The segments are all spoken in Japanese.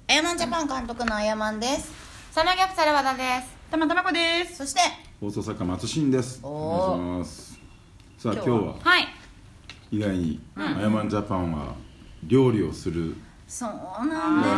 アヤマンジャパン監督のアヤマンです。 サナギャプサル和田です。 たまたまこです。 そして放送作家松新です。お願いします。さあ今日は意外にアヤマンジャパンは料理をする。 そうなんです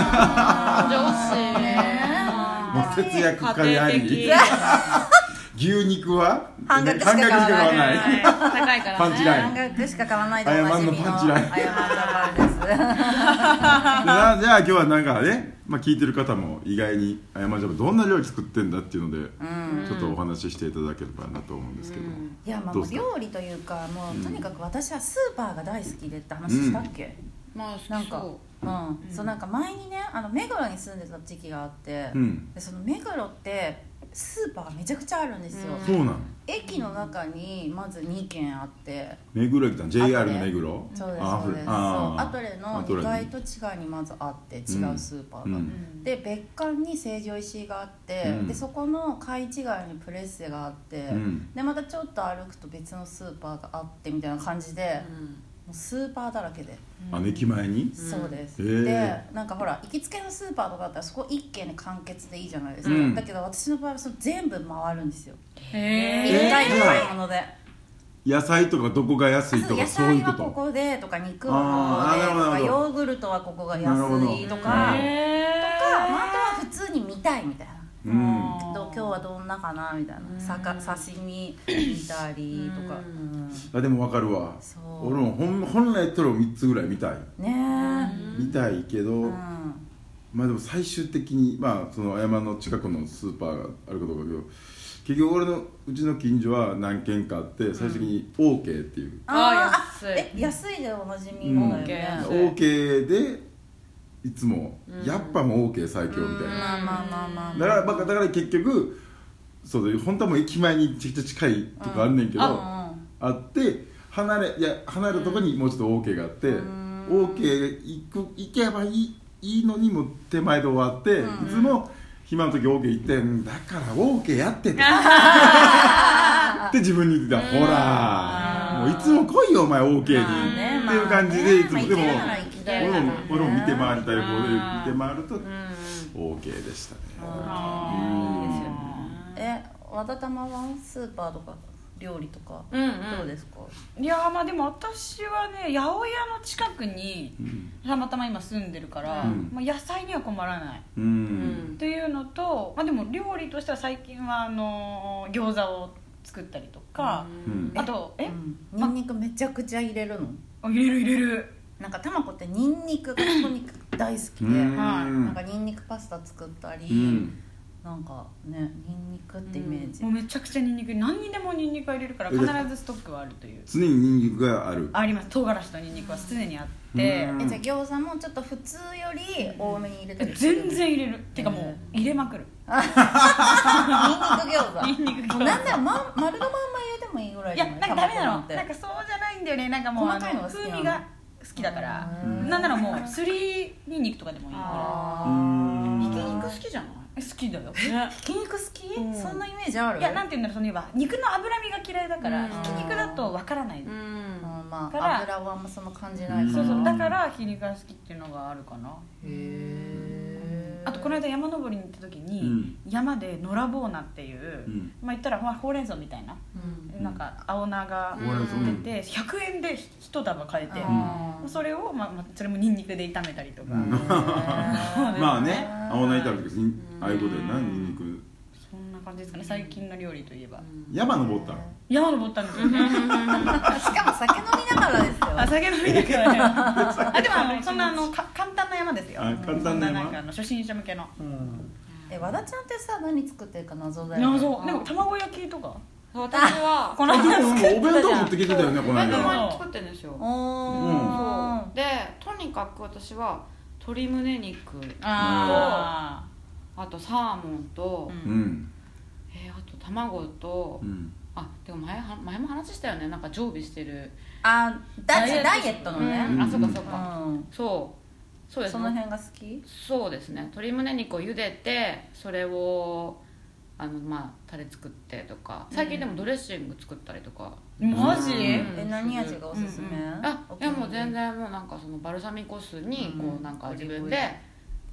もう節約家であり牛肉は半額しか買わない高いからね。 パンチライン半額しか買わないでアヤマンのパンチラインアヤマンジャパンですじゃあ今日はなんかね、聞いてる方も意外にアヤマンジャパンどんな料理作ってんだっていうので、ちょっとお話ししていただければなと思うんですけど、 いやもう料理というかもうとにかく私はスーパーが大好きでって話したっけ、なんかそうなんか前にね目黒に住んでた時期があって、でその目黒ってスーパーがめちゃくちゃあるんですよ。 そうなの。 駅の中にまず2軒あって、 目黒駅だ JR の目黒。 そうですそうです。アトレの2階と地下にまずあって違うスーパーが、で別館に成城石井があって、でそこの階違いにプレッセがあって、でまたちょっと歩くと別のスーパーがあってみたいな感じで、もうスーパーだらけで。 駅前に？ そうです。でなんかほら行きつけのスーパーとかだったらそこ1軒で完結でいいじゃないですか。だけど私の場合はその全部回るんですよ。1回の買い物で。 野菜とかどこが安いとかそういうこと。 野菜はここでとか肉はここでとかヨーグルトはここが安いとかあとは普通に見たいみたいな。今日はどんなかなみたいな刺身見たりとか、 でも分かるわ。俺も本来やったら3つぐらい見たい見たいけど、でも最終的にその山の近くのスーパーがあるかどうかだけど、結局俺のうちの近所は何軒かあって最終的に OK っていう、 安いでおなじみのだよね。 OK でいつもやっぱもう OK 最強みたいな。だから結局そうだ、本当はもう駅前にめちゃくちゃ近いとかあんねんけど、あって離れるとこにもうちょっと OK があって、OK 行けばいいのにも手前で終わって、いつも暇の時 OK 行ってだから OK やっててって自分に言ってた。ほらもういつも来いよお前 OK にっていう感じでいつも。でも俺も見て回りたい方で見て回ると OK でしたね。 和田玉はスーパーとか料理とかどうですか？ いやでも私はね、八百屋の近くにたまたま今住んでるから、野菜には困らないっていうのと、でも料理としては最近は餃子を作ったりとか、あとニンニクめちゃくちゃ入れるの？ 入れる。 なんかたまこってニンニクがとにかく大好きで、なんかニンニクパスタ作ったり、なんかねニンニクってイメージ。 もうめちゃくちゃニンニク、何にでもニンニクは入れるから必ずストックはあるという。 常にニンニクがある？あります。唐辛子とニンニクは常にあって。 じゃあ餃子もちょっと普通より多めに入れたりする？ 全然入れる。てかもう入れまくる。 ニンニク餃子。 ニンニク餃子。 もうなんだよ、丸のまんま入れてもいいぐらいじゃない？ いやなんかダメなの。なんかそうじゃないんだよね。なんかもう風味が好きだから。なんならもうすりニンニクとかでもいいぐらい。ひき肉好きじゃない？好きだよ。 ひき肉好き？そんなイメージある？ いやなんていうんだろう、その言えば肉の脂身が嫌いだからひき肉だとわからない。 油はあんまそんな感じないから。 そうだからひき肉が好きっていうのがあるかな。あとこの間山登りに行った時に、山で野良ボーナっていう、言ったらほうれん草みたいな、なんか青菜が出て100円で1束買えて、それをそれもニンニクで炒めたりとか。 まあね、青菜炒める時にああいうことやな、ニンニク。 そんな感じですかね、最近の料理といえば。 山登ったの？ 山登ったんですよ。 しかも酒飲みながらですよ。 酒飲みながらね。でもそんな簡単な山ですよ。 簡単な山。 なんか初心者向けの。 和田ちゃんってさ、何作ってるか謎だよね。 謎。でも卵焼きとか。 私はこの間お弁当持ってきてたよね、この間。 お弁当作ってるんですよ。そうで、とにかく私は鶏胸肉とあとサーモンとあと卵とでも前も話したよね、なんか常備してるダイエットのね。 そうかそうです。 その辺が好き？ そうですね。鶏胸肉を茹でてそれをタレ作ってとか、最近でもドレッシング作ったりとか。 マジ？ 何味がおすすめ？ いやもう全然もうなんかそのバルサミコ酢にこうなんか自分で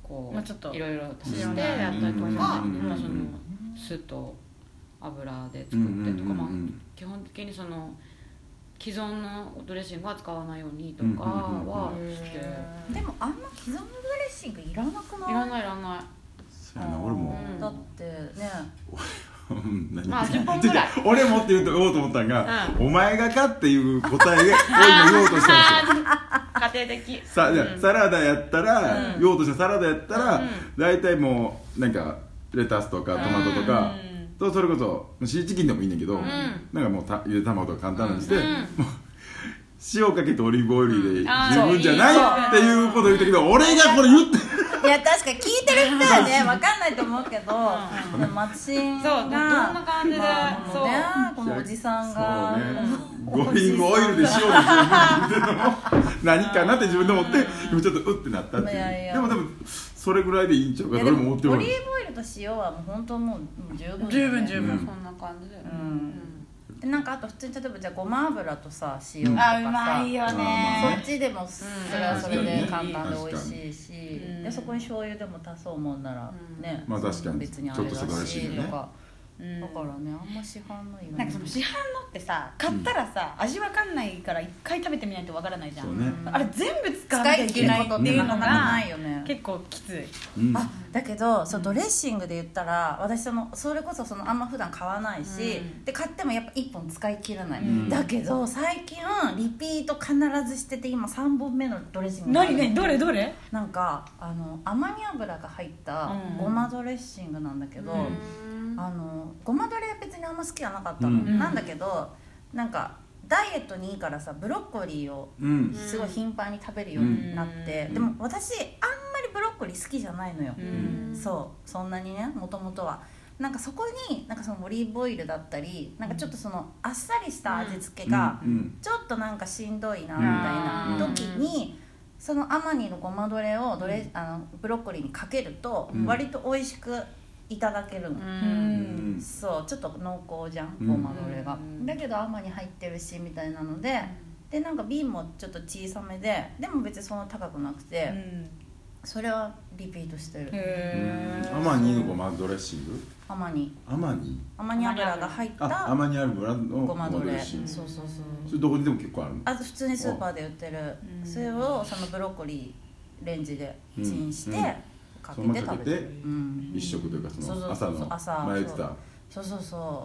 こういろいろ足してやったりとか、その酢と油で作ってとか、基本的にその既存のドレッシングは使わないようにとかはして。 でもあんま既存のドレッシングいらなくない？ いらないいらない。 そうやな、俺もだってねまあ10本ぐらい俺もって言おうと思ったんが、お前がかっていう答えで今言おうとしたんですよ。 家庭的サラダやったら、言おうとしたサラダやったら、大体もうなんかレタスとかトマトとかと、それこそシーチキンでもいいんだけど、なんかもうゆで卵とか簡単にして、塩かけてオリーブオイルで十分じゃないっていうことを言ったけど、俺がこれ言っていや確かに聞いてる人はね分かんないと思うけど、松井がどんな感じで、 そうね、このおじさんがオリーブオイルで塩で十分って言ってるのも何かなって自分で思って、今ちょっとうってなったっていう。でもそれぐらいでいいんちゃうかと俺も思っておる。 オリーブオイルと塩はもう本当もう十分そんな感じで。 でなんかあと普通に例えばじゃあごま油とさ塩とかさ、 うまいよね。 そっちでもそれはそれで簡単で美味しいし、でそこに醤油でも足そうもんならね、 まあ確かに別にあれだしとか。だからね、あんま市販のいいよね。 なんかその市販のってさ、買ったらさ、味わかんないから一回食べてみないとわからないじゃん。あれ全部使わなきゃいけないっていうのが結構きつい。 あ、だけどそうドレッシングで言ったら、私それこそあんま普段買わないし、で買ってもやっぱ1本使い切らない。だけど最近リピート必ずしてて、今3本目のドレッシング。 何どれ？ なんかアマニ油が入ったごまドレッシングなんだけど。ごまドレは別にあんま好きじゃなかったの、なんだけどなんかダイエットにいいからさ、ブロッコリーをすごい頻繁に食べるようになって、でも私あんまりブロッコリー好きじゃないのよ、そんなにね、もともとはなんかそこになんかそのオリーブオイルだったり、なんかちょっとそのあっさりした味付けがちょっとなんかしんどいなみたいな時に、そのアマニのごまドレをブロッコリーにかけると割と美味しくいただけるの。そうちょっと濃厚じゃん、ごまドレが。だけど甘に入ってるしみたいなので、なんか瓶もちょっと小さめで、でも別にそんな高くなくて、それはリピートしてる。 アマニのごまドレッシング？アマニ油が入ったアマニ油のごまドレ。そうそれどこにでも結構あるの？ あと普通にスーパーで売ってる。それをそのブロッコリーレンジでチンしてかけて食べてる。 一食というかその朝の前言ってた。 そう。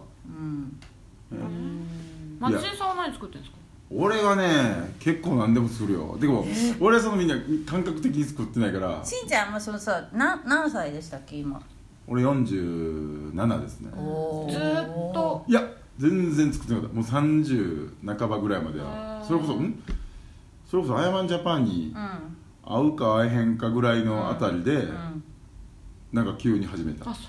松井さんは何作ってるんですか？ 俺はね結構何でも作るよ。でも俺はそのみんな感覚的に作ってないから。 しんちゃんもそのさ何歳でしたっけ今？ 俺47ですね。 ずっと？ いや全然作ってなかった。もう30半ばぐらいまでは。それこそアヤマンジャパンに会うか会えへんかぐらいのあたりでなんか急に始めた。なん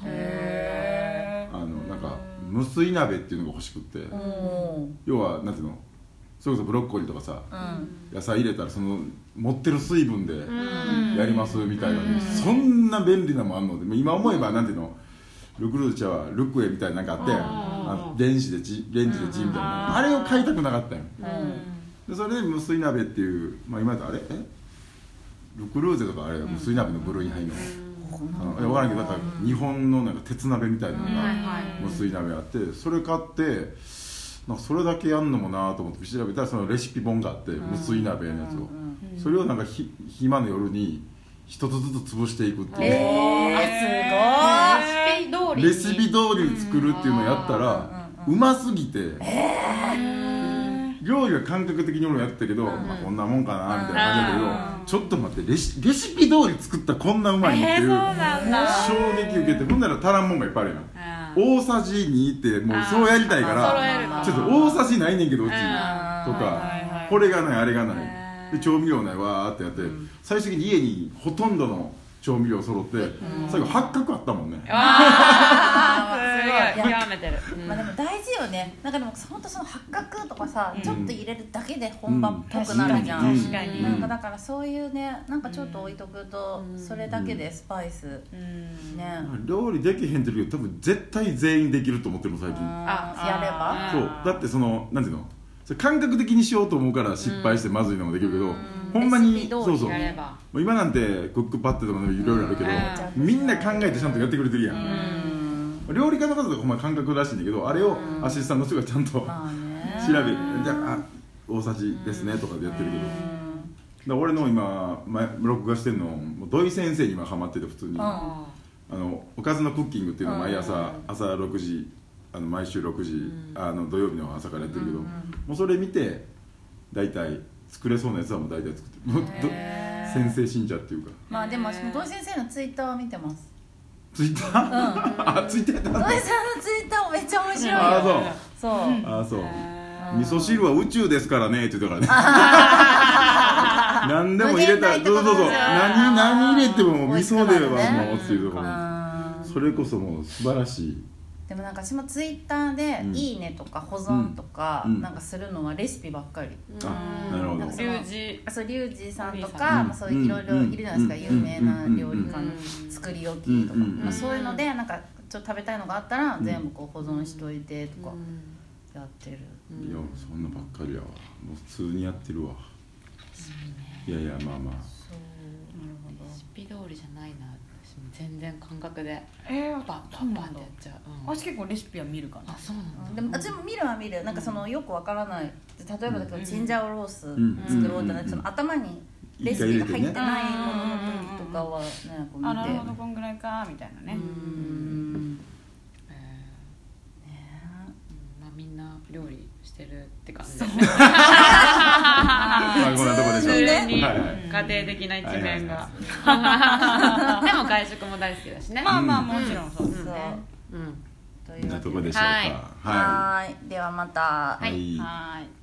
か無水鍋っていうのが欲しくって、要はなんていうの、それこそブロッコリーとかさ、野菜入れたらその持ってる水分でやりますみたいな、そんな便利なもんあんので、今思えばなんていうの、ルクルーチャはルクエみたいななんかあって、レンジでチンみたいな、あれを買いたくなかったよ。でそれで無水鍋っていう、今だとあれルクルーゼとかあれ無水鍋の部類に入るの。分からんけど、だから日本のなんか鉄鍋みたいなのが無水鍋あって、それ買ってなんかそれだけやんのもなと思って調べたら、そのレシピ本があって、無水鍋のやつを、それをなんか暇の夜に一つずつ潰していくっていう、 すごいレシピ通りに作るっていうのをやったらうますぎて、料理は感覚的に俺もやってたけど、こんなもんかなみたいな感じだけど、ちょっと待って、レシピ通り作ったらこんなうまいのっていう衝撃受けて、ほんなら足らんもんがいっぱいあるやん。大さじ2ってもうそうやりたいから、ちょっと大さじないねんけどうちとか、これがないあれがないで、調味料ないわーってやって、最終的に家にほとんどの調味料揃って、最後八角あったもんね。 すごい極めてる。 まあでも大事よね。なんかでも本当その八角とかさ、ちょっと入れるだけで本場っぽくなるじゃん。 確かに。 なんかだからそういうね、なんかちょっと置いとくとそれだけでスパイスね。 料理できへんって言うけど、多分絶対全員できると思ってるもん最近。 やれば。 そうだってそのなんていうの。感覚的にしようと思うから失敗してまずいのもできるけど、 ほんまにそうそう今なんてクックパッドとかいろいろあるけど、みんな考えてちゃんとやってくれてるやん。料理家の方とかほんま感覚らしいんだけど、あれをアシスタントの人がちゃんと調べ、じゃあ大さじですねとかでやってるけど、だ俺の今録画してるの土井先生に今ハマってて、普通におかずのクッキングっていうのを毎朝6時毎週6時土曜日の朝からやってるけど、もうそれ見て大体作れそうなやつはもう大体作ってる。先生信者っていうか。 まあでも土井先生のツイッターを見てます。 ツイッター？ツイッターって土井さんのツイッターもめっちゃ面白いよ。そう。 味噌汁は宇宙ですからねって言ったからね。何でも入れたら、そう何入れても味噌ではもうっていうところ、それこそもう素晴らしい。 でもなんか私もツイッターでいいねとか保存とかなんかするのはレシピばっかり。 なるほど。 リュウジさんとかそういういろいろいるじゃないですか、有名な料理家の作り置きとか、そういうのでなんかちょっと食べたいのがあったら全部こう保存しといてとかやってる。 いやそんなばっかりやわ。もう普通にやってるわ。いやいやまあまあ。 レシピ通りじゃないな。全然感覚でパンパンってやっちゃう。 私結構レシピは見るかな。 そうなんだ。でも私も見るは見る。なんかそのよくわからない、例えばだけどチンジャオロース作ろうってなって、その頭にレシピが入ってないものの時とかはね、こう見て、 なるほどこんぐらいかみたいなね。 みんな料理してるって感じですね。 こんなとこでしょうね。 家庭的な一面が。でも外食も大好きだしね。 まあまあもちろんそうですね。 こんなとこでしょうか。 はい。ではまた。 はい。